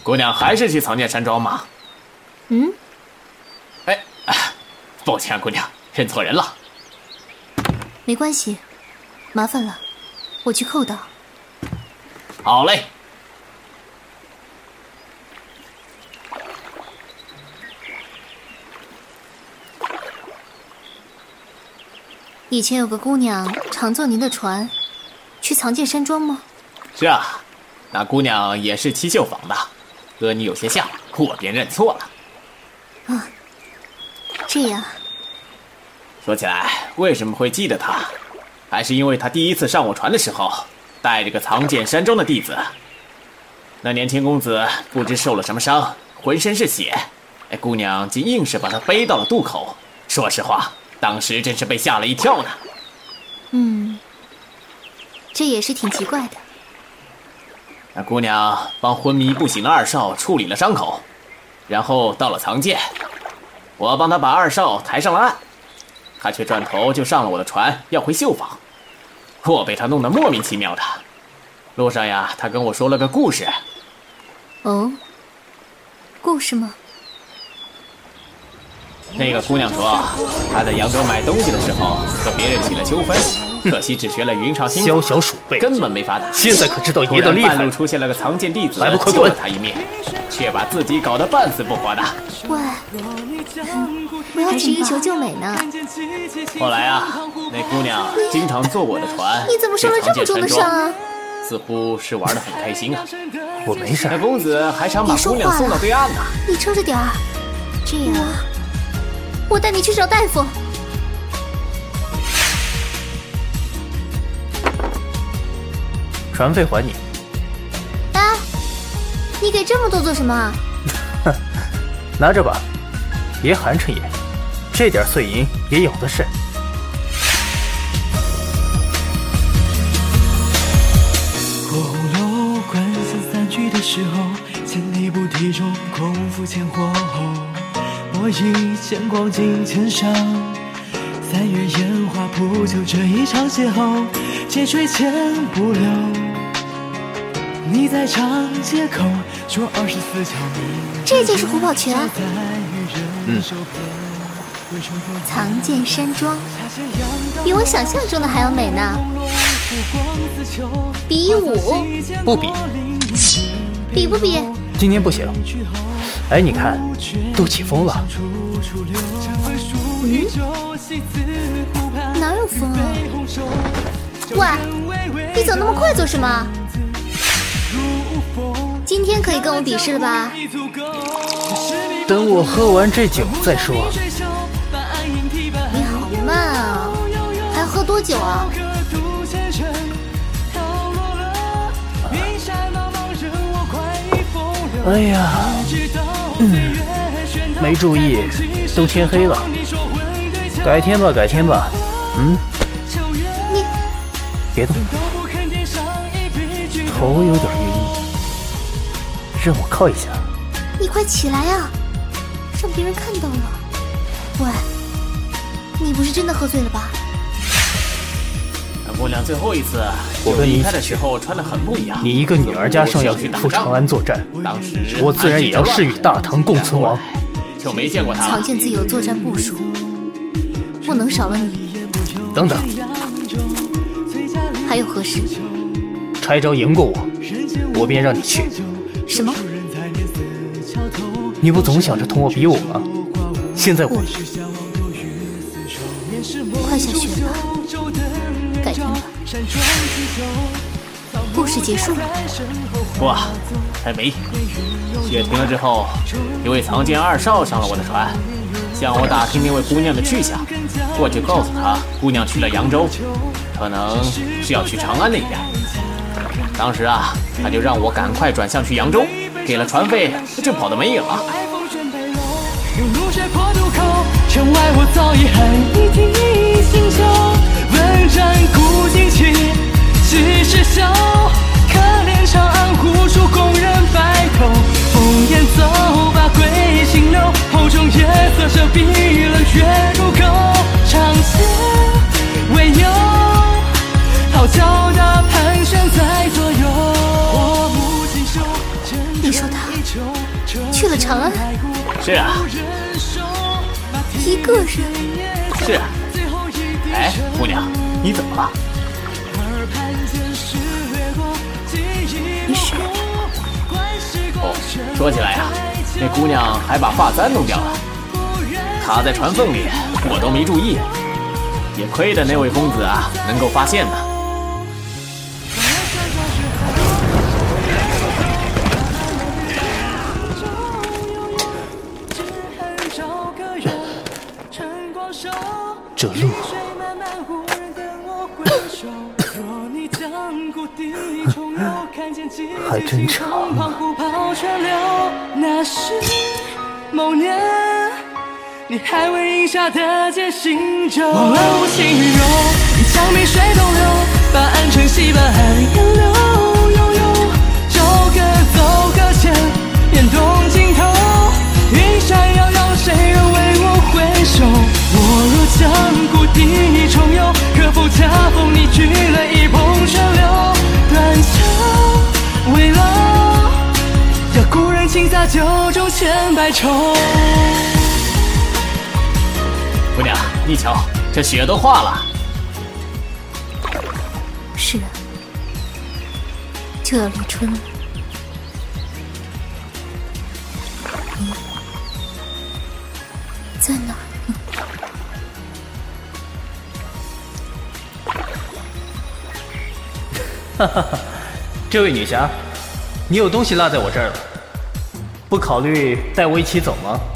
姑娘还是去藏剑山庄吗？抱歉，姑娘，认错人了。 没关系，麻烦了，我去叩道。 好嘞。 以前有个姑娘常坐您的船，去藏剑山庄吗？ 是啊，那姑娘也是七秀坊的，和你有些像，我便认错了。 啊，这样。 说起来，为什么会记得她，还是因为她第一次上我船的时候，带着个藏剑山庄的弟子。那年轻公子不知受了什么伤，浑身是血，姑娘竟硬是把他背到了渡口。说实话，当时真是被吓了一跳呢。 这也是挺奇怪的。 那姑娘帮昏迷不醒的二少处理了伤口，然后到了藏剑，我帮他把二少抬上了岸，他却转头就上了我的船要回绣坊，我被他弄得莫名其妙的。路上呀，他跟我说了个故事。 哦，故事吗？ 那个姑娘说，她在扬州买东西的时候和别人起了纠纷，可惜只学了云长心法， 小小鼠辈， 根本没法打。 现在可知道爷的厉害。 半路出现了个藏剑弟子， 来不快滚！ 救了他一命，却把自己搞得半死不活的。 喂，还是英雄救美呢。 后来啊，那姑娘经常坐我的船。 你怎么受了这么重的伤啊？ 似乎是玩得很开心啊。 我没事。 那公子还想把姑娘送到对岸呢。 你撑着点儿，这样我带你去找大夫。 船费还你。 啊，你给这么多做什么？ 拿着吧，别寒碜也，这点碎银也有的是。 火红楼观三三句的时候，千里不提中，空负千火候。我一剑光尽千伤，三月烟花铺就这一场邂逅，劫水千不留。你在长街口说24桥明， 这就是虎宝泉。藏剑山庄比我想象中的还要美呢。比武？ 不比。 比不比？ 今天不行。哎，你看，都起风了。 哪有风啊？喂，你走那么快做什么？今天可以跟我比试了吧？ 等我喝完这酒再说。 你好慢啊，还要喝多久啊？ 哎呀，没注意，都天黑了。改天吧，改天吧。 你别动，头有点晕，让我靠一下。 你快起来啊，让别人看到了。喂，你不是真的喝醉了吧？ 那姑娘最后一次我跟你离开的时候穿得很不一样。 你一个女儿家上要远赴长安作战， 当时我自然也要誓与大唐共存亡。 就没见过她。 藏剑自有作战部署，不能少了你。 等等， 还有何事？ 柴昭赢过我，我便让你去。 什么？ 你不总想着同我比武吗？现在我快下雪了，改天吧。故事结束了。 不，还没。雪停了之后，一位藏剑二少上了我的船，向我打听那位姑娘的去向。我就告诉他，姑娘去了扬州，可能是要去长安那边。当时啊，他就让我赶快转向去扬州，给了船费，就跑得没影了。 城外我早已恨你听一醒酒，问斩古今情，几时休？可怜长安无处供人白头，烽烟走把归心留，后中夜色遮蔽冷月入沟，长街唯有号角的盘旋在左右。 你说他长安？ 是啊， 一个人？ 是啊。哎，姑娘，你怎么了？ 没事。 哦，说起来呀，那姑娘还把发簪弄掉了，卡在船缝里，我都没注意。也亏得那位公子啊能够发现呢。 这路还真长啊。 那是某年，你还未饮下的结醒酒，忘了无情雨柔，一江明水东流，把暗晨曦把寒烟留。悠悠，朝歌走搁浅，眼动尽头，云山遥遥，谁人为我回首？我若将故地重游，可否恰逢你举了一捧泉流？断桥未老，要故人倾洒酒中千百愁。 姑娘，你瞧，这雪都化了。 是啊，就要立春了。你在哪儿呢？ 哈哈哈，这位女侠，你有东西落在我这儿了，不考虑带我一起走吗？